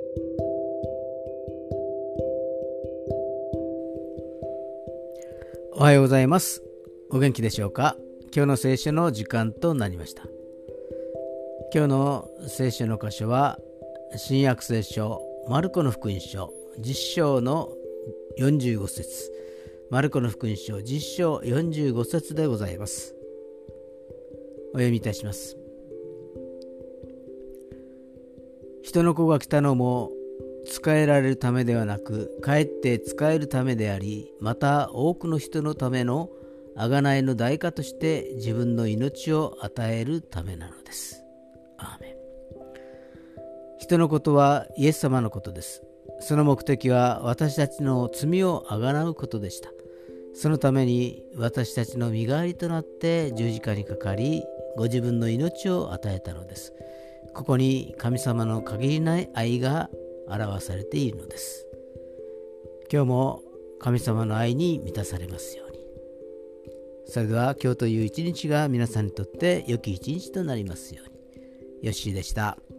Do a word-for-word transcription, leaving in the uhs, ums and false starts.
おはようございます。お元気でしょうか。今日の聖書の時間となりました。今日の聖書の箇所は新約聖書マルコの福音書じゅっ章のよんじゅうご節、マルコの福音書じゅっ章よんじゅうご節でございます。お読みいたします。人の子が来たのも仕えられるためではなく、かえって仕えるためであり、また多くの人のための贖いの代価として自分の命を与えるためなのです。アーメン。人のことはイエス様のことです。その目的は私たちの罪をあがなうことでした。そのために私たちの身代わりとなって十字架にかかり、ご自分の命を与えたのです。ここに神様の限りない愛が表されているのです。今日も神様の愛に満たされますように。それでは今日という一日が皆さんにとって良き一日となりますように。ヨッシーでした。